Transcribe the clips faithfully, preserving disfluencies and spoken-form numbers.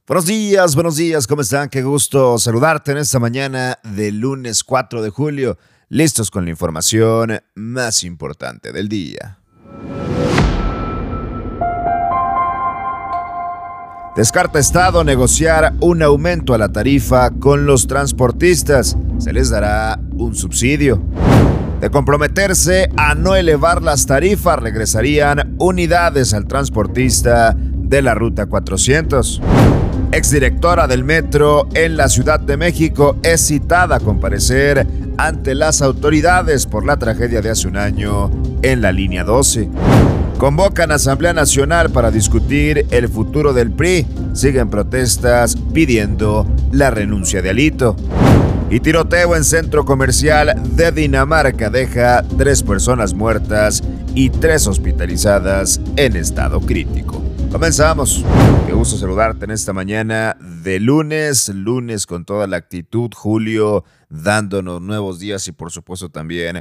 Buenos días, buenos días, ¿cómo están? Qué gusto saludarte en esta mañana de lunes cuatro de julio, listos con la información más importante del día. Descarta Estado negociar un aumento a la tarifa con los transportistas. Se les dará un subsidio. De comprometerse a no elevar las tarifas, regresarían unidades al transportista de la Ruta cuatrocientos. Exdirectora del Metro en la Ciudad de México es citada a comparecer ante las autoridades por la tragedia de hace un año en la línea doce. Convocan a Asamblea Nacional para discutir el futuro del P R I. Siguen protestas pidiendo la renuncia de Alito. Y tiroteo en centro comercial de Dinamarca deja tres personas muertas y tres hospitalizadas en estado crítico. Comenzamos. Qué gusto saludarte en esta mañana de lunes, lunes con toda la actitud, Julio dándonos nuevos días y por supuesto también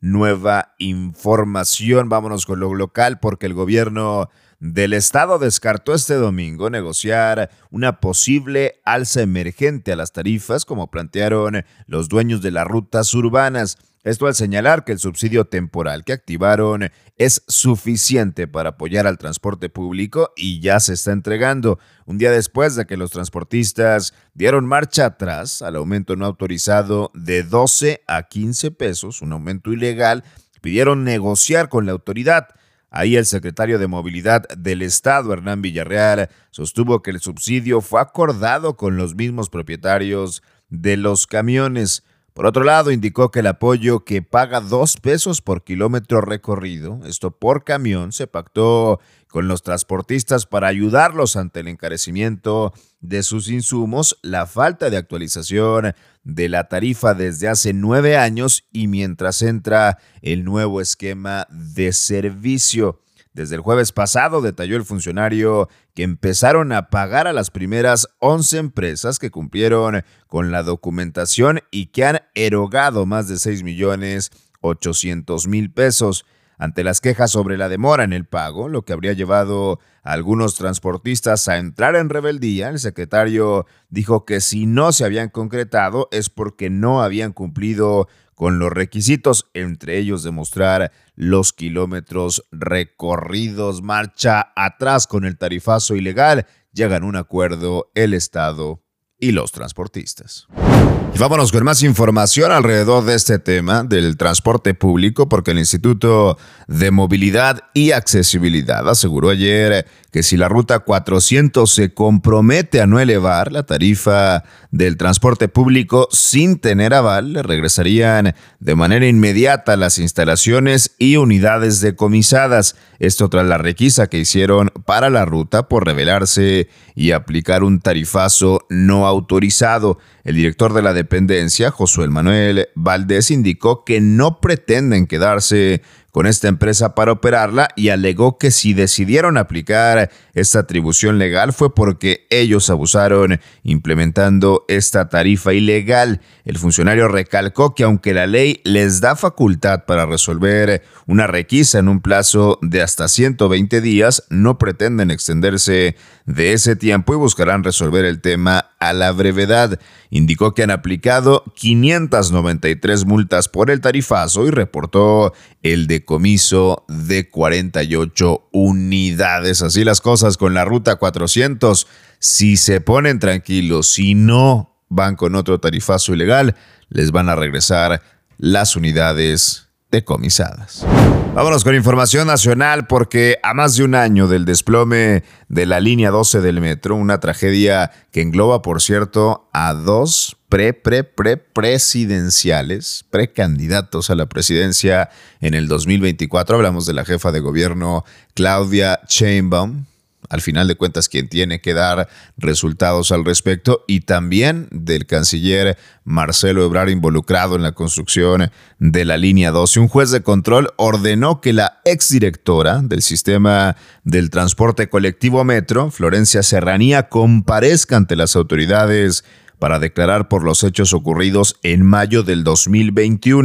nueva información. Vámonos con lo local porque el gobierno del estado descartó este domingo negociar una posible alza emergente a las tarifas como plantearon los dueños de las rutas urbanas. Esto al señalar que el subsidio temporal que activaron es suficiente para apoyar al transporte público y ya se está entregando. Un día después de que los transportistas dieron marcha atrás al aumento no autorizado de doce a quince pesos, un aumento ilegal, pidieron negociar con la autoridad. Ahí el secretario de Movilidad del Estado, Hernán Villarreal, sostuvo que el subsidio fue acordado con los mismos propietarios de los camiones. Por otro lado, indicó que el apoyo que paga dos pesos por kilómetro recorrido, esto por camión, se pactó con los transportistas para ayudarlos ante el encarecimiento de sus insumos, la falta de actualización de la tarifa desde hace nueve años y mientras entra el nuevo esquema de servicio. Desde el jueves pasado, detalló el funcionario, que empezaron a pagar a las primeras once empresas que cumplieron con la documentación y que han erogado más de seis millones ochocientos mil pesos. Ante las quejas sobre la demora en el pago, lo que habría llevado a algunos transportistas a entrar en rebeldía, el secretario dijo que si no se habían concretado es porque no habían cumplido con los requisitos, entre ellos demostrar los kilómetros recorridos. Marcha atrás con el tarifazo ilegal. Llegan a un acuerdo el Estado y los transportistas. Y vámonos con más información alrededor de este tema del transporte público, porque el Instituto de Movilidad y Accesibilidad aseguró ayer que si la Ruta cuatrocientos se compromete a no elevar la tarifa del transporte público sin tener aval, le regresarían de manera inmediata las instalaciones y unidades decomisadas. Esto tras la requisa que hicieron para la ruta por rebelarse y aplicar un tarifazo no autorizado. El director de la dependencia, Josué Manuel Valdés, indicó que no pretenden quedarse con esta empresa para operarla y alegó que si decidieron aplicar esta atribución legal fue porque ellos abusaron implementando esta tarifa ilegal. El funcionario recalcó que aunque la ley les da facultad para resolver una requisa en un plazo de hasta ciento veinte días, no pretenden extenderse de ese tiempo y buscarán resolver el tema a la brevedad. Indicó que han aplicado quinientas noventa y tres multas por el tarifazo y reportó el decomiso de cuarenta y ocho unidades. Así las cosas con la Ruta cuatrocientos. Si se ponen tranquilos, si no van con otro tarifazo ilegal, les van a regresar las unidades decomisadas. Vámonos con información nacional porque a más de un año del desplome de la línea doce del metro, una tragedia que engloba, por cierto, a dos pre, pre, pre presidenciales, precandidatos a la presidencia en el dos mil veinticuatro. Hablamos de la jefa de gobierno Claudia Sheinbaum, al final de cuentas quien tiene que dar resultados al respecto, y también del canciller Marcelo Ebrard involucrado en la construcción de la línea doce. Un juez de control ordenó que la exdirectora del sistema del transporte colectivo Metro, Florencia Serranía, comparezca ante las autoridades para declarar por los hechos ocurridos en mayo del dos mil veintiuno.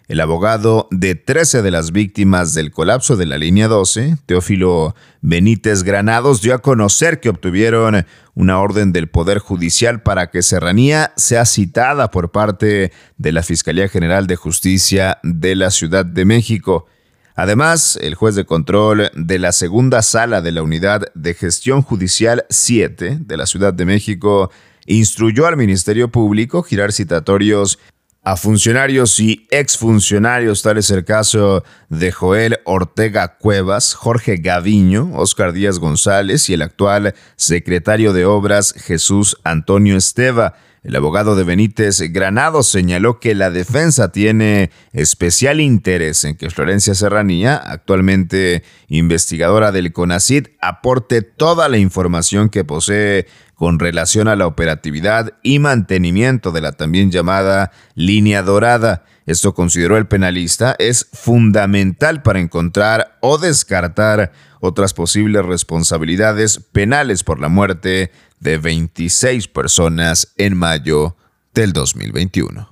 El abogado de trece de las víctimas del colapso de la línea doce, Teófilo Benítez Granados, dio a conocer que obtuvieron una orden del Poder Judicial para que Serranía sea citada por parte de la Fiscalía General de Justicia de la Ciudad de México. Además, el juez de control de la segunda sala de la Unidad de Gestión Judicial siete de la Ciudad de México instruyó al Ministerio Público girar citatorios a funcionarios y exfuncionarios, tal es el caso de Joel Ortega Cuevas, Jorge Gaviño, Óscar Díaz González y el actual secretario de Obras Jesús Antonio Esteva. El abogado de Benítez Granados señaló que la defensa tiene especial interés en que Florencia Serranía, actualmente investigadora del CONACYT, aporte toda la información que posee con relación a la operatividad y mantenimiento de la también llamada Línea Dorada. Esto, consideró el penalista, es fundamental para encontrar o descartar otras posibles responsabilidades penales por la muerte de veintiséis personas en mayo del dos mil veintiuno.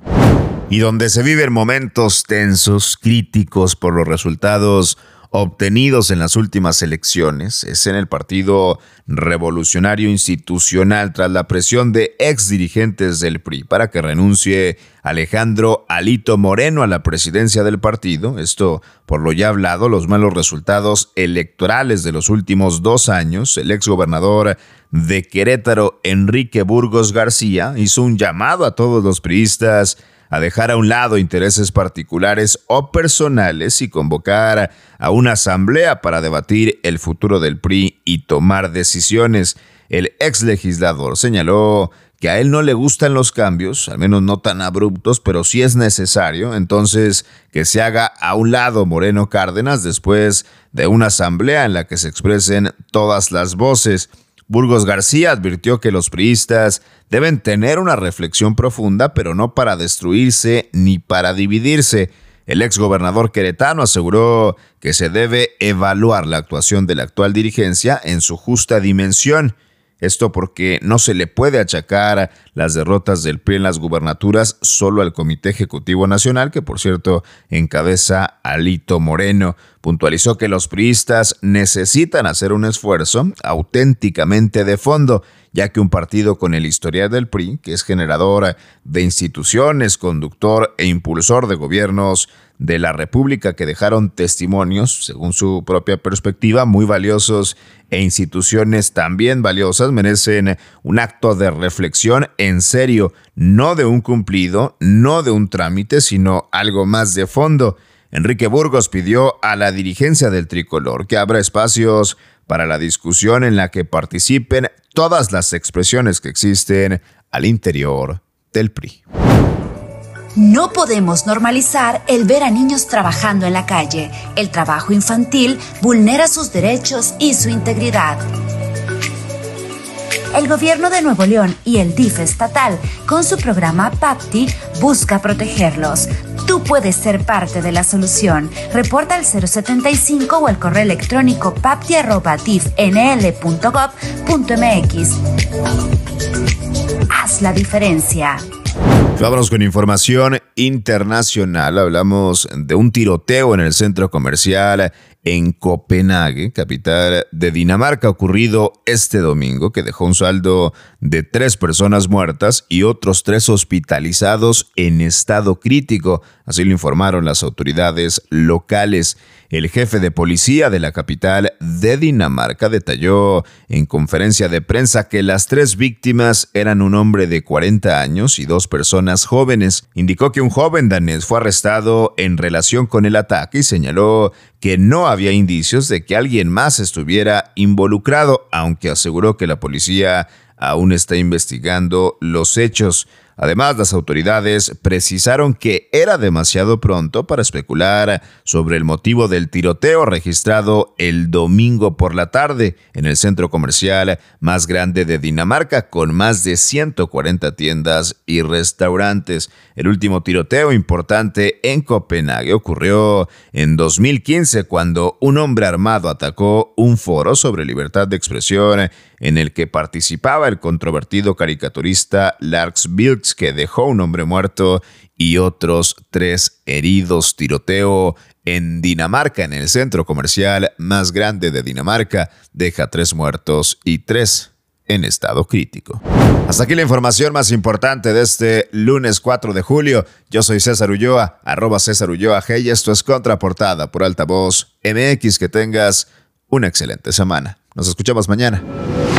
Y donde se viven momentos tensos, críticos por los resultados obtenidos en las últimas elecciones, es en el Partido Revolucionario Institucional, tras la presión de exdirigentes del P R I para que renuncie Alejandro Alito Moreno a la presidencia del partido. Esto por lo ya hablado, los malos resultados electorales de los últimos dos años. El exgobernador de Querétaro, Enrique Burgos García, hizo un llamado a todos los priistas a dejar a un lado intereses particulares o personales y convocar a una asamblea para debatir el futuro del P R I y tomar decisiones. El exlegislador señaló que a él no le gustan los cambios, al menos no tan abruptos, pero si es necesario, entonces que se haga a un lado Moreno Cárdenas después de una asamblea en la que se expresen todas las voces. Burgos García advirtió que los priistas deben tener una reflexión profunda, pero no para destruirse ni para dividirse. El exgobernador queretano aseguró que se debe evaluar la actuación de la actual dirigencia en su justa dimensión. Esto porque no se le puede achacar las derrotas del P R I en las gubernaturas solo al Comité Ejecutivo Nacional, que por cierto encabeza Alito Moreno. Puntualizó que los priistas necesitan hacer un esfuerzo auténticamente de fondo, ya que un partido con el historial del P R I, que es generador de instituciones, conductor e impulsor de gobiernos de la República que dejaron testimonios, según su propia perspectiva, muy valiosos e instituciones también valiosas, merecen un acto de reflexión en serio, no de un cumplido, no de un trámite, sino algo más de fondo. Enrique Burgos pidió a la dirigencia del tricolor que abra espacios para la discusión en la que participen todas las expresiones que existen al interior del P R I. No podemos normalizar el ver a niños trabajando en la calle. El trabajo infantil vulnera sus derechos y su integridad. El gobierno de Nuevo León y el D I F estatal, con su programa PAPTI, busca protegerlos. Tú puedes ser parte de la solución. Reporta al cero setenta y cinco o al correo electrónico papti arroba d i f n l punto gov punto m x. Haz la diferencia. Vámonos con información internacional. Hablamos de un tiroteo en el centro comercial en Copenhague, capital de Dinamarca, ocurrido este domingo, que dejó un saldo de tres personas muertas y otros tres hospitalizados en estado crítico. Así lo informaron las autoridades locales. El jefe de policía de la capital de Dinamarca detalló en conferencia de prensa que las tres víctimas eran un hombre de cuarenta años y dos personas jóvenes. Indicó que un joven danés fue arrestado en relación con el ataque y señaló que no había indicios de que alguien más estuviera involucrado, aunque aseguró que la policía aún está investigando los hechos. Además, las autoridades precisaron que era demasiado pronto para especular sobre el motivo del tiroteo registrado el domingo por la tarde en el centro comercial más grande de Dinamarca, con más de ciento cuarenta tiendas y restaurantes. El último tiroteo importante en Copenhague ocurrió en dos mil quince, cuando un hombre armado atacó un foro sobre libertad de expresión en el que participaba el controvertido caricaturista Lars Vilks, que dejó un hombre muerto y otros tres heridos. Tiroteo en Dinamarca, en el centro comercial más grande de Dinamarca, deja tres muertos y tres en estado crítico. Hasta aquí la información más importante de este lunes cuatro de julio. Yo soy César Ulloa, arroba César Ulloa G, y esto es Contraportada por Altavoz M X. Que tengas una excelente semana. Nos escuchamos mañana.